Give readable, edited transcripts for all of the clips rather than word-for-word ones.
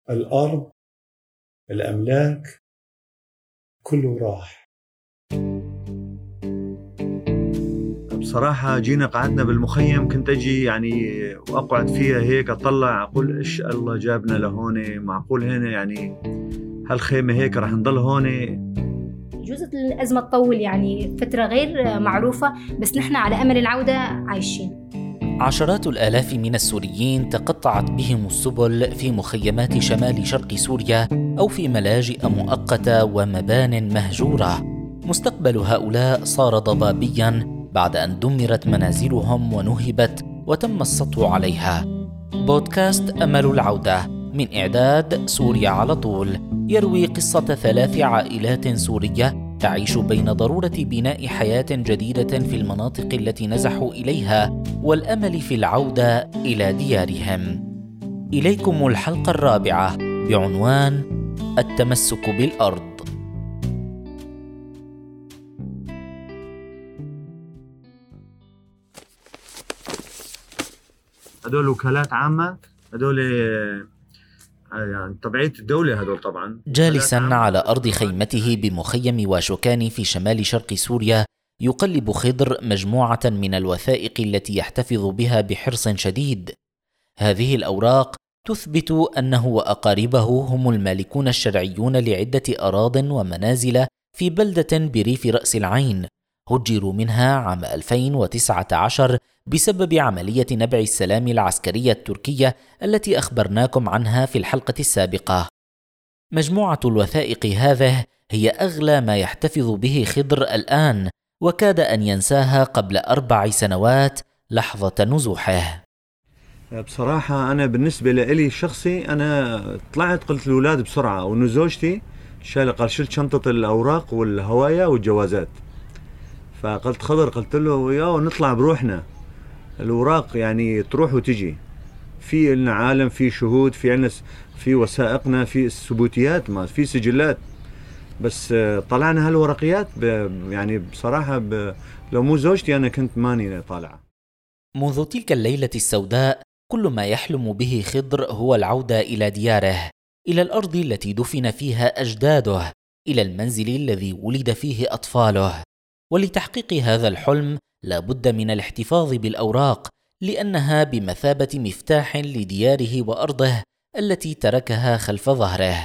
الأرض، الأملاك، كله راح. بصراحة جينا قعدنا بالمخيم، كنت أجي يعني وأقعد فيها هيك أطلع أقول إيش الله جابنا لهون، معقول هنا يعني هالخيمة هيك رح نضل هون؟ جزء الأزمة تطول يعني فترة غير معروفة، بس نحن على أمل العودة عايشين. عشرات الآلاف من السوريين تقطعت بهم السبل في مخيمات شمال شرق سوريا أو في ملاجئ مؤقتة ومبان مهجورة. مستقبل هؤلاء صار ضبابياً بعد أن دمرت منازلهم ونهبت وتم السطو عليها. بودكاست أمل العودة من إعداد سوريا على طول يروي قصة 3 عائلات سورية تعيش بين ضرورة بناء حياة جديدة في المناطق التي نزحوا إليها والأمل في العودة إلى ديارهم. إليكم الحلقة الرابعة بعنوان التمسك بالأرض. هدول وكالات عامة، هدول يعني طبيعية الدولة هدول طبعا. جالساً على أرض خيمته بمخيم واشوكاني في شمال شرق سوريا، يقلب خضر مجموعة من الوثائق التي يحتفظ بها بحرص شديد. هذه الأوراق تثبت أنه وأقاربه هم المالكون الشرعيون لعدة أراضٍ ومنازل في بلدة بريف رأس العين، هجروا منها عام 2019 بسبب عملية نبع السلام العسكرية التركية التي أخبرناكم عنها في الحلقة السابقة. مجموعة الوثائق هذه هي أغلى ما يحتفظ به خضر الآن، وكاد أن ينساها قبل 4 سنوات لحظة نزوحه. بصراحة أنا بالنسبة لي الشخصي أنا طلعت قلت للأولاد بسرعة، ونزوجتي شلت شنطة الأوراق والهوايا والجوازات، فقلت خضر قلت له يا نطلع بروحنا، الأوراق يعني تروح وتجي، في لنا عالم، في شهود، في عنا في وثائقنا، في الثبوتيات، ما في سجلات، بس طلعنا هالورقيات يعني بصراحة لو مو زوجتي أنا كنت ماني طالعة. منذ تلك الليلة السوداء كل ما يحلم به خضر هو العودة إلى دياره، إلى الأرض التي دفن فيها أجداده، إلى المنزل الذي ولد فيه أطفاله. ولتحقيق هذا الحلم لا بد من الاحتفاظ بالأوراق، لأنها بمثابة مفتاح لدياره وأرضه التي تركها خلف ظهره.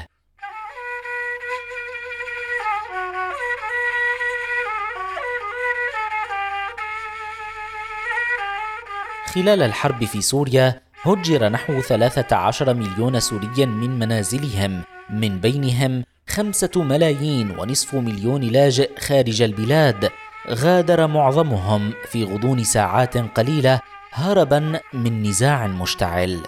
خلال الحرب في سوريا هجر نحو 13 مليون سوري من منازلهم، من بينهم 5.5 ملايين لاجئ خارج البلاد، غادر معظمهم في غضون ساعات قليلة هربا من نزاع مشتعل.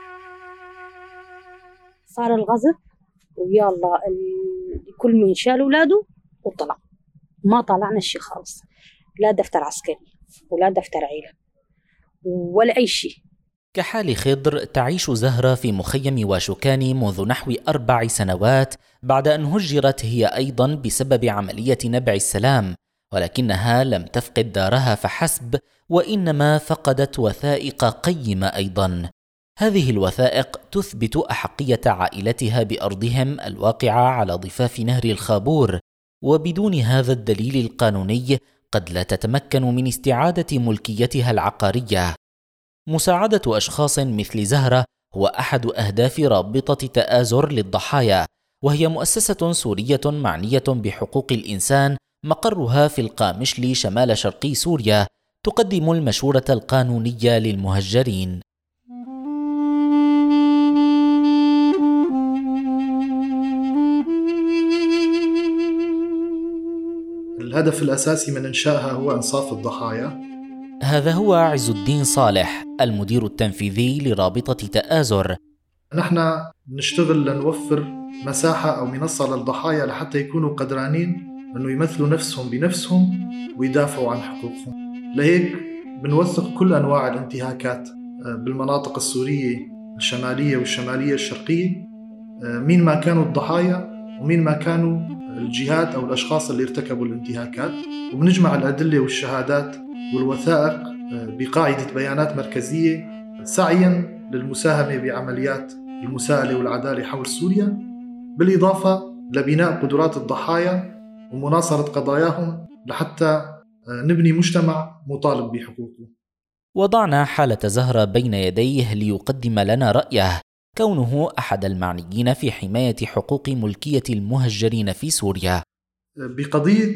صار الغزو ويلا كل من شال ولاده وطلع، ما طلعنا الشيء خالص، لا دفتر عسكري ولا دفتر عيلة ولا أي شيء. كحال خضر تعيش زهرة في مخيم واشوكاني منذ نحو 4 سنوات بعد أن هجرت هي أيضا بسبب عملية نبع السلام، ولكنها لم تفقد دارها فحسب، وإنما فقدت وثائق قيمة أيضا. هذه الوثائق تثبت أحقية عائلتها بأرضهم الواقعة على ضفاف نهر الخابور، وبدون هذا الدليل القانوني قد لا تتمكن من استعادة ملكيتها العقارية. مساعدة أشخاص مثل زهرة هو أحد أهداف رابطة تآزر للضحايا، وهي مؤسسة سورية معنية بحقوق الإنسان مقرها في القامشلي شمال شرقي سوريا، تقدم المشورة القانونية للمهجرين. الهدف الأساسي من إنشائها هو إنصاف الضحايا. هذا هو عز الدين صالح المدير التنفيذي لرابطة تآزر. نحن نشتغل لنوفر مساحة أو منصة للضحايا لحتى يكونوا قدرانين أنه يمثلوا نفسهم بنفسهم ويدافعوا عن حقوقهم. لهيك بنوثق كل أنواع الانتهاكات بالمناطق السورية الشمالية والشمالية الشرقية، مين ما كانوا الضحايا ومين ما كانوا الجهات أو الأشخاص اللي ارتكبوا الانتهاكات، وبنجمع الأدلة والشهادات والوثائق بقاعدة بيانات مركزية سعياً للمساهمة بعمليات المساءلة والعدالة حول سوريا، بالإضافة لبناء قدرات الضحايا ومناصرة قضاياهم لحتى نبني مجتمع مطالب بحقوقه. وضعنا حالة زهرة بين يديه ليقدم لنا رأيه، كونه أحد المعنيين في حماية حقوق ملكية المهجرين في سوريا. بقضية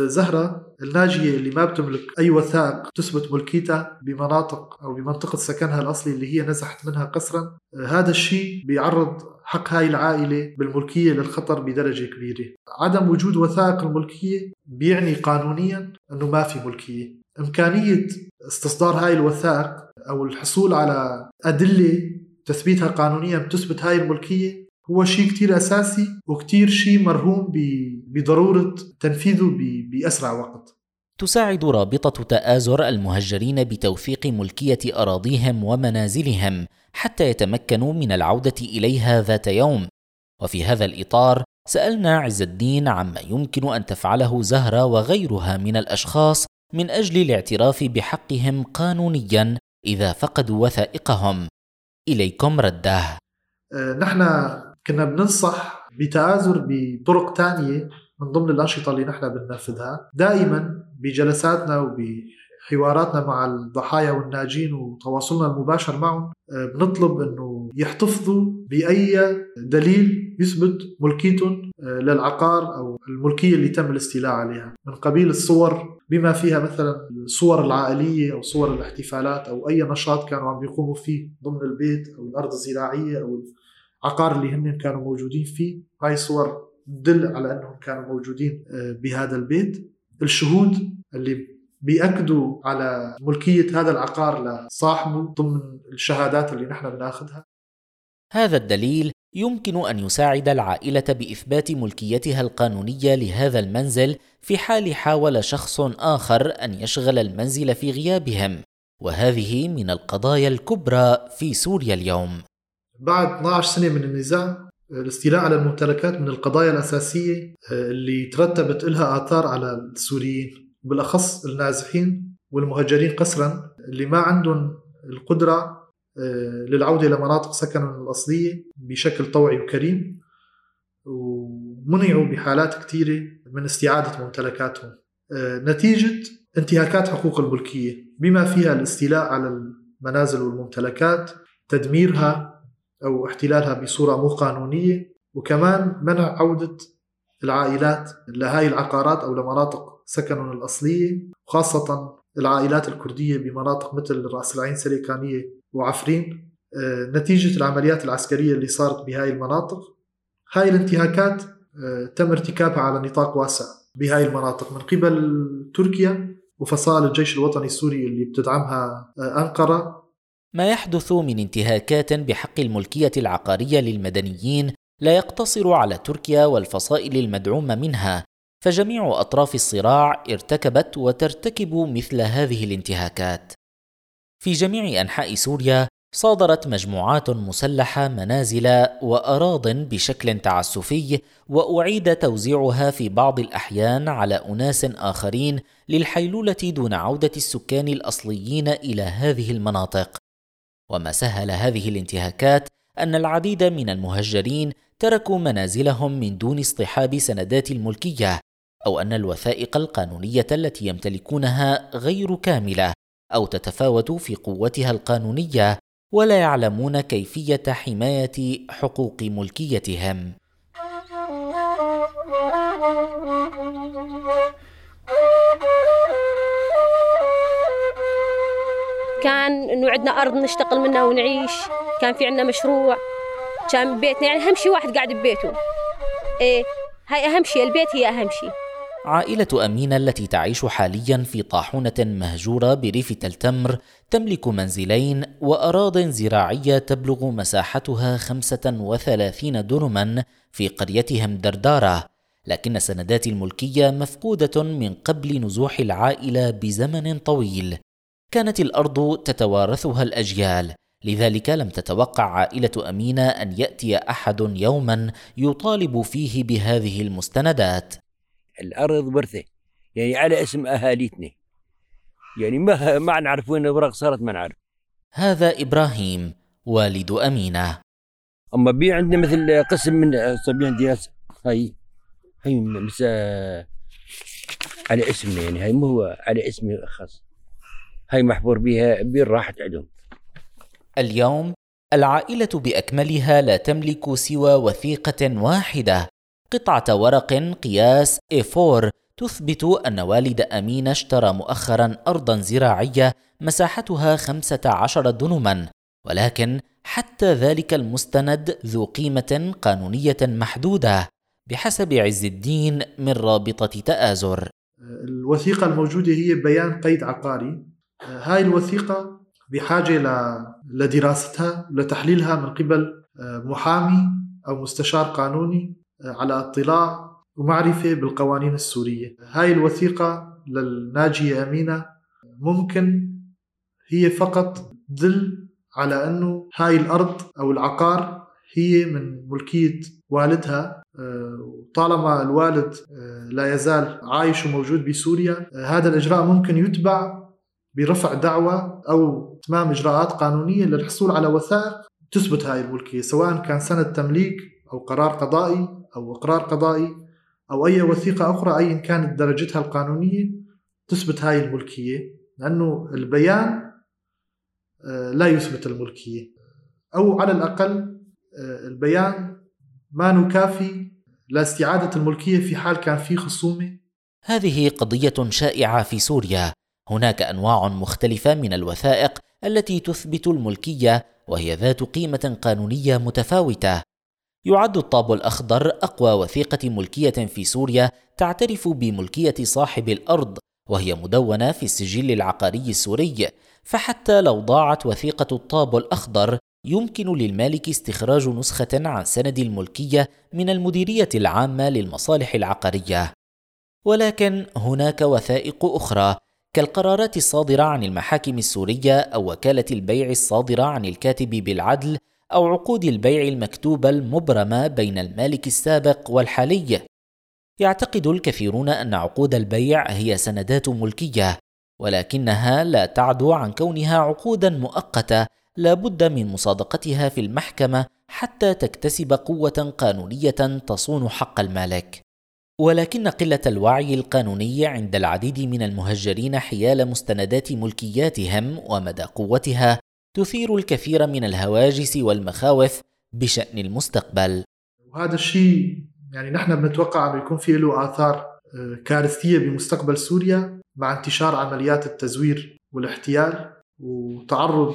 زهرة الناجية اللي ما بتملك أي وثائق تثبت ملكيتها بمناطق أو بمنطقة سكنها الأصلي اللي هي نزحت منها قسرا، هذا الشيء بيعرض حق هاي العائلة بالملكية للخطر بدرجة كبيرة. عدم وجود وثائق الملكية بيعني قانونيا أنه ما في ملكية. إمكانية استصدار هاي الوثائق أو الحصول على أدلة تثبيتها قانونيا بتثبت هاي الملكية هو شيء كتير أساسي وكتير شيء مرهون بضرورة تنفيذه بأسرع وقت. تساعد رابطة تآزر المهجرين بتوثيق ملكية أراضيهم ومنازلهم حتى يتمكنوا من العودة إليها ذات يوم. وفي هذا الإطار سألنا عز الدين عما يمكن أن تفعله زهرة وغيرها من الأشخاص من أجل الاعتراف بحقهم قانونيا إذا فقدوا وثائقهم. إليكم رده. نحن كنا بننصح بتآزر بطرق تانية من ضمن الأنشطة اللي نحن بننفذها دائما بجلساتنا وبحواراتنا مع الضحايا والناجين وتواصلنا المباشر معهم. بنطلب أنه يحتفظوا بأي دليل يثبت ملكيتهم للعقار أو الملكية اللي تم الاستيلاء عليها، من قبيل الصور بما فيها مثلا الصور العائلية أو صور الاحتفالات أو أي نشاط كانوا عم بيقوموا فيه ضمن البيت أو الأرض الزراعية أو العقار اللي هم كانوا موجودين فيه. هاي صور تدل على أنهم كانوا موجودين بهذا البيت. الشهود اللي بيأكدوا على ملكية هذا العقار لصاحبه ضمن الشهادات اللي نحن بناخذها. هذا الدليل يمكن أن يساعد العائلة بإثبات ملكيتها القانونية لهذا المنزل في حال حاول شخص آخر أن يشغل المنزل في غيابهم، وهذه من القضايا الكبرى في سوريا اليوم. بعد 12 سنة من النزاع، الاستيلاء على الممتلكات من القضايا الأساسية اللي ترتبت لها آثار على السوريين، بالأخص النازحين والمهجرين قسرا اللي ما عندهم القدرة للعودة لمناطق سكنهم الأصلية بشكل طوعي وكريم، ومنعوا بحالات كثيرة من استعادة ممتلكاتهم نتيجة انتهاكات حقوق الملكية بما فيها الاستيلاء على المنازل والممتلكات، تدميرها أو احتلالها بصورة مو قانونية، وكمان منع عودة العائلات لهاي العقارات أو لمناطق سكنهم الأصلية، وخاصة العائلات الكردية بمناطق مثل رأس العين سليكانية وعفرين نتيجة العمليات العسكرية اللي صارت بهاي المناطق. هاي الانتهاكات تم ارتكابها على نطاق واسع بهاي المناطق من قبل تركيا وفصائل الجيش الوطني السوري اللي بتدعمها أنقرة. ما يحدث من انتهاكات بحق الملكية العقارية للمدنيين لا يقتصر على تركيا والفصائل المدعومة منها، فجميع أطراف الصراع ارتكبت وترتكب مثل هذه الانتهاكات. في جميع أنحاء سوريا صادرت مجموعات مسلحة منازل وأراضٍ بشكل تعسفي، وأعيد توزيعها في بعض الأحيان على أناس آخرين للحيلولة دون عودة السكان الأصليين إلى هذه المناطق. وما سهل هذه الانتهاكات أن العديد من المهجرين تركوا منازلهم من دون اصطحاب سندات الملكية، أو أن الوثائق القانونية التي يمتلكونها غير كاملة أو تتفاوت في قوتها القانونية، ولا يعلمون كيفية حماية حقوق ملكيتهم. كان إنه عندنا أرض نشتغل منها ونعيش، كان في عندنا مشروع، كان بيتنا يعني أهم شيء واحد قاعد ببيته. هاي أهم شيء، البيت هي أهم شيء. عائلة أمينة التي تعيش حاليا في طاحونة مهجورة بريف تلتمر تملك منزلين وأراضٍ زراعية تبلغ مساحتها 35 درما في قريتهم دردارة، لكن سندات الملكية مفقودة من قبل نزوح العائلة بزمن طويل. كانت الأرض تتوارثها الأجيال، لذلك لم تتوقع عائلة أمينة أن يأتي أحد يوما يطالب فيه بهذه المستندات. الأرض ورثة يعني على اسم أهاليتنا، يعني ما نعرف وين الأوراق صارت، ما نعرف. هذا إبراهيم والد أمينة. أما بي عندنا مثل قسم من صبي عندي هسه هاي مس على اسمنا، يعني هاي مو هو على اسمي الخاص، هاي محفور بها بين راحت عندهم. اليوم العائلة بأكملها لا تملك سوى وثيقة واحدة، قطعة ورق قياس A4 تثبت أن والد أمين اشترى مؤخرا أرضا زراعية مساحتها 15 دنما، ولكن حتى ذلك المستند ذو قيمة قانونية محدودة بحسب عز الدين من رابطة تآزر. الوثيقة الموجودة هي بيان قيد عقاري. هاي الوثيقة بحاجة لدراستها ولتحليلها من قبل محامي أو مستشار قانوني على اطلاع ومعرفة بالقوانين السورية. هاي الوثيقة للناجية أمينة ممكن هي فقط تدل على أنه هاي الأرض أو العقار هي من ملكية والدها، طالما الوالد لا يزال عايش وموجود بسوريا هذا الإجراء ممكن يتبع برفع دعوة أو إتمام إجراءات قانونية للحصول على وثائق تثبت هاي الملكية، سواء كان سند تمليك أو قرار قضائي أو إقرار قضائي أو أي وثيقة أخرى أيا كانت درجتها القانونية تثبت هاي الملكية، لأنه البيان لا يثبت الملكية، أو على الأقل البيان ما نكافي لاستعادة الملكية في حال كان في خصومة. هذه قضية شائعة في سوريا. هناك أنواع مختلفة من الوثائق التي تثبت الملكية وهي ذات قيمة قانونية متفاوتة. يعد الطابو الأخضر أقوى وثيقة ملكية في سوريا تعترف بملكية صاحب الأرض، وهي مدونة في السجل العقاري السوري، فحتى لو ضاعت وثيقة الطابو الأخضر يمكن للمالك استخراج نسخة عن سند الملكية من المديرية العامة للمصالح العقارية. ولكن هناك وثائق أخرى كالقرارات الصادرة عن المحاكم السورية أو وكالة البيع الصادرة عن الكاتب بالعدل أو عقود البيع المكتوبة المبرمة بين المالك السابق والحالي. يعتقد الكثيرون أن عقود البيع هي سندات ملكية، ولكنها لا تعدو عن كونها عقودا مؤقتة لا بد من مصادقتها في المحكمة حتى تكتسب قوة قانونية تصون حق المالك. ولكن قلة الوعي القانوني عند العديد من المهجرين حيال مستندات ملكياتهم ومدى قوتها تثير الكثير من الهواجس والمخاوف بشأن المستقبل. وهذا الشيء يعني نحن بنتوقع أنه يكون فيه له آثار كارثية بمستقبل سوريا مع انتشار عمليات التزوير والاحتيال وتعرض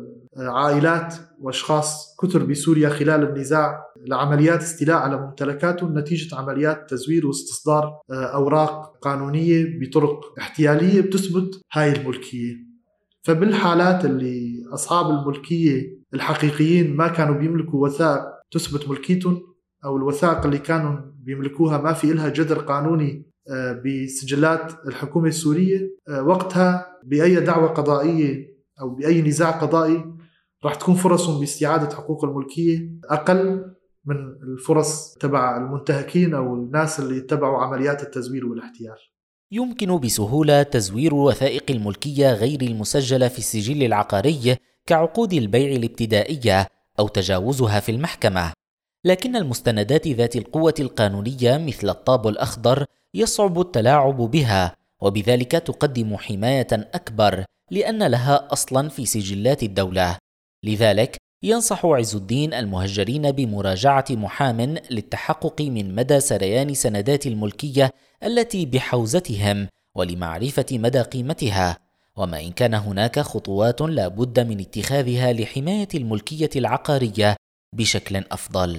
عائلات وأشخاص كثر بسوريا خلال النزاع لعمليات استيلاء على ممتلكاتهم نتيجة عمليات تزوير واستصدار أوراق قانونية بطرق احتيالية بتثبت هاي الملكية. فبالحالات اللي أصحاب الملكية الحقيقيين ما كانوا بيملكوا وثائق تثبت ملكيتهم، أو الوثائق اللي كانوا بيملكوها ما في إلها جذر قانوني بسجلات الحكومة السورية، وقتها بأي دعوة قضائية أو بأي نزاع قضائي راح تكون فرصهم باستعادة حقوق الملكية أقل من الفرص تبع المنتهكين أو الناس اللي اتبعوا عمليات التزوير والاحتيال. يمكن بسهولة تزوير وثائق الملكية غير المسجلة في السجل العقاري كعقود البيع الابتدائية أو تجاوزها في المحكمة، لكن المستندات ذات القوة القانونية مثل الطابو الأخضر يصعب التلاعب بها، وبذلك تقدم حماية أكبر لأن لها أصلا في سجلات الدولة. لذلك ينصح عز الدين المهجرين بمراجعة محام للتحقق من مدى سريان سندات الملكية التي بحوزتهم ولمعرفة مدى قيمتها، وما إن كان هناك خطوات لا بد من اتخاذها لحماية الملكية العقارية بشكل أفضل.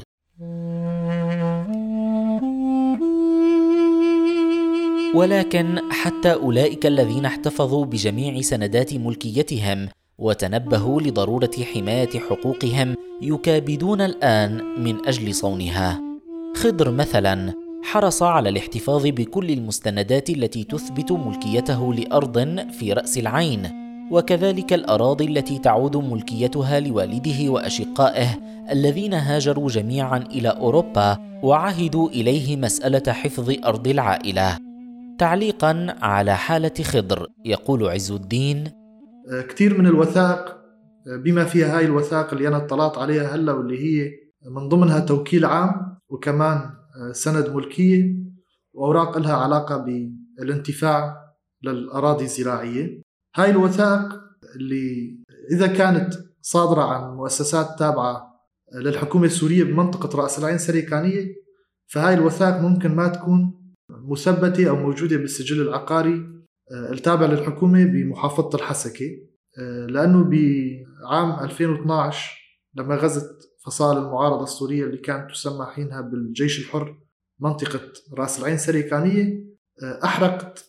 ولكن حتى أولئك الذين احتفظوا بجميع سندات ملكيتهم وتنبهوا لضرورة حماية حقوقهم يكابدون الآن من أجل صونها. خضر مثلا حرص على الاحتفاظ بكل المستندات التي تثبت ملكيته لأرض في رأس العين، وكذلك الأراضي التي تعود ملكيتها لوالده وأشقائه الذين هاجروا جميعا إلى أوروبا وعهدوا إليه مسألة حفظ أرض العائلة. تعليقا على حالة خضر يقول عز الدين: كثير من الوثائق بما فيها هاي الوثائق اللي أنا اطلعت عليها هلا واللي هي من ضمنها توكيل عام، وكمان سند ملكية، وأوراق لها علاقة بالانتفاع للأراضي الزراعية. هاي الوثائق اللي إذا كانت صادرة عن مؤسسات تابعة للحكومة السورية بمنطقة رأس العين سريكانية، فهاي الوثائق ممكن ما تكون مثبتة أو موجودة بالسجل العقاري التابع للحكومة بمحافظة الحسكة، لأنه بعام 2012 لما غزت فصائل المعارضة السورية اللي كانت تسمى حينها بالجيش الحر منطقة رأس العين سريكانية، أحرقت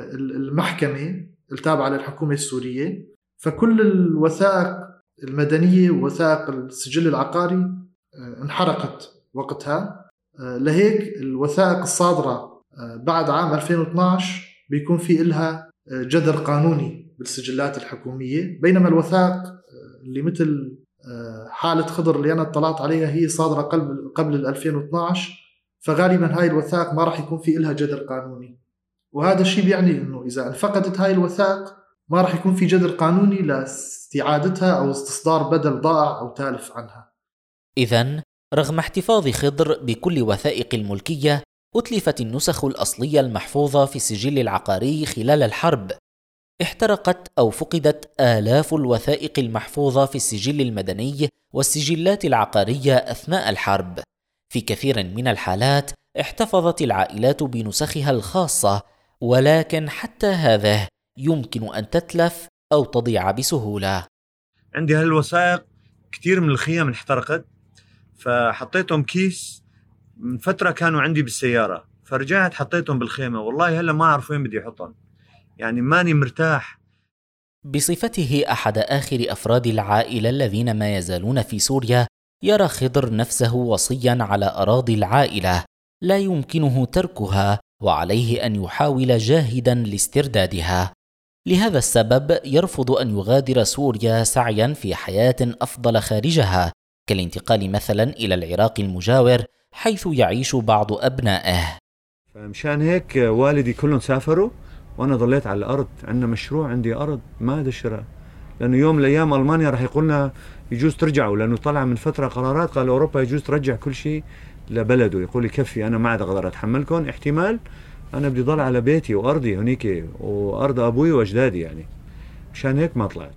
المحكمة التابعة للحكومة السورية، فكل الوثائق المدنية ووثائق السجل العقاري انحرقت وقتها. لهيك الوثائق الصادرة بعد عام 2012 بيكون في إلها جذر قانوني بالسجلات الحكومية، بينما الوثائق اللي مثل حالة خضر اللي أنا اطلعت عليها هي صادرة قبل 2012، فغالبا هاي الوثائق ما راح يكون في إلها جذر قانوني. وهذا الشيء بيعني إنه إذا انفقدت هاي الوثائق ما راح يكون في جذر قانوني لاستعادتها أو استصدار بدل ضائع أو تالف عنها. إذن رغم احتفاظ خضر بكل وثائق الملكية، أتلفت النسخ الأصلية المحفوظة في السجل العقاري خلال الحرب. احترقت أو فقدت آلاف الوثائق المحفوظة في السجل المدني والسجلات العقارية أثناء الحرب. في كثير من الحالات احتفظت العائلات بنسخها الخاصة، ولكن حتى هذه يمكن أن تتلف أو تضيع بسهولة. عندي هالوثائق كتير من الخيام انحترقت، فحطيتهم كيس من فترة كانوا عندي بالسيارة، فرجعت حطيتهم بالخيمة. والله هلا ما أعرف وين بدي أحطهم، يعني ماني مرتاح. بصفته أحد آخر أفراد العائلة الذين ما يزالون في سوريا، يرى خضر نفسه وصيا على أراضي العائلة لا يمكنه تركها، وعليه أن يحاول جاهدا لاستردادها. لهذا السبب يرفض أن يغادر سوريا سعيا في حياة أفضل خارجها، كالانتقال مثلا إلى العراق المجاور حيث يعيش بعض أبنائه. فمشان هيك والدي كلهم سافروا وأنا ضليت على الأرض. عندنا مشروع، عندي أرض ما أدشرها، لأنه يوم من الأيام ألمانيا رح يقولنا يجوز ترجعوا، لأنه طلع من فترة قرارات قال أوروبا يجوز ترجع كل شيء لبلده. يقول يكفي، أنا ما عاد أقدر أتحملكم، احتمال أنا بدي ضل على بيتي وأرضي هنيك وأرض أبوي وأجدادي، يعني مشان هيك ما طلعت.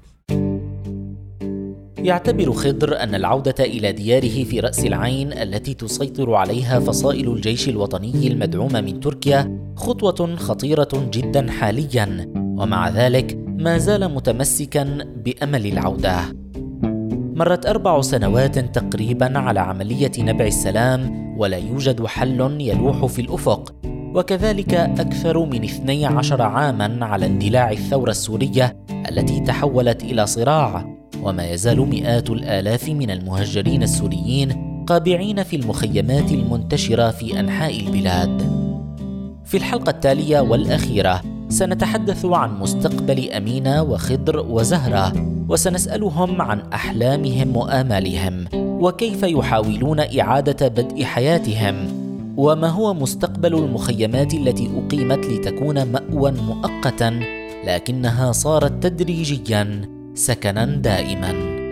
يعتبر خضر أن العودة إلى دياره في رأس العين التي تسيطر عليها فصائل الجيش الوطني المدعومة من تركيا خطوة خطيرة جدا حاليا، ومع ذلك ما زال متمسكا بأمل العودة. مرت 4 سنوات تقريبا على عملية نبع السلام ولا يوجد حل يلوح في الأفق، وكذلك أكثر من 12 عاما على اندلاع الثورة السورية التي تحولت إلى صراع، وما يزال مئات الآلاف من المهجرين السوريين قابعين في المخيمات المنتشرة في أنحاء البلاد. في الحلقة التالية والأخيرة سنتحدث عن مستقبل أمينة وخضر وزهرة، وسنسألهم عن أحلامهم وآمالهم، وكيف يحاولون إعادة بدء حياتهم، وما هو مستقبل المخيمات التي أقيمت لتكون مأوى مؤقتا لكنها صارت تدريجيا سكنا دائما.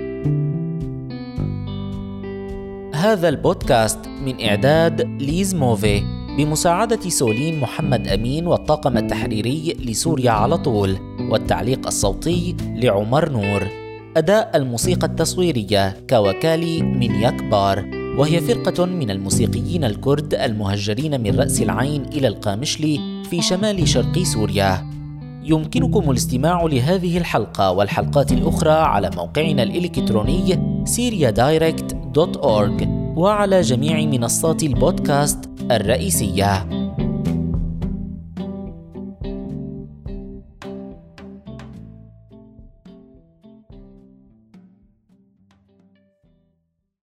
هذا البودكاست من إعداد ليز موفي بمساعدة سولين محمد أمين والطاقم التحريري لسوريا على طول، والتعليق الصوتي لعمر نور. أداء الموسيقى التصويرية كوكالي من يكبار، وهي فرقة من الموسيقيين الكرد المهجرين من رأس العين إلى القامشلي في شمال شرق سوريا. يمكنكم الاستماع لهذه الحلقة والحلقات الأخرى على موقعنا الإلكتروني syriadirect.org وعلى جميع منصات البودكاست الرئيسية.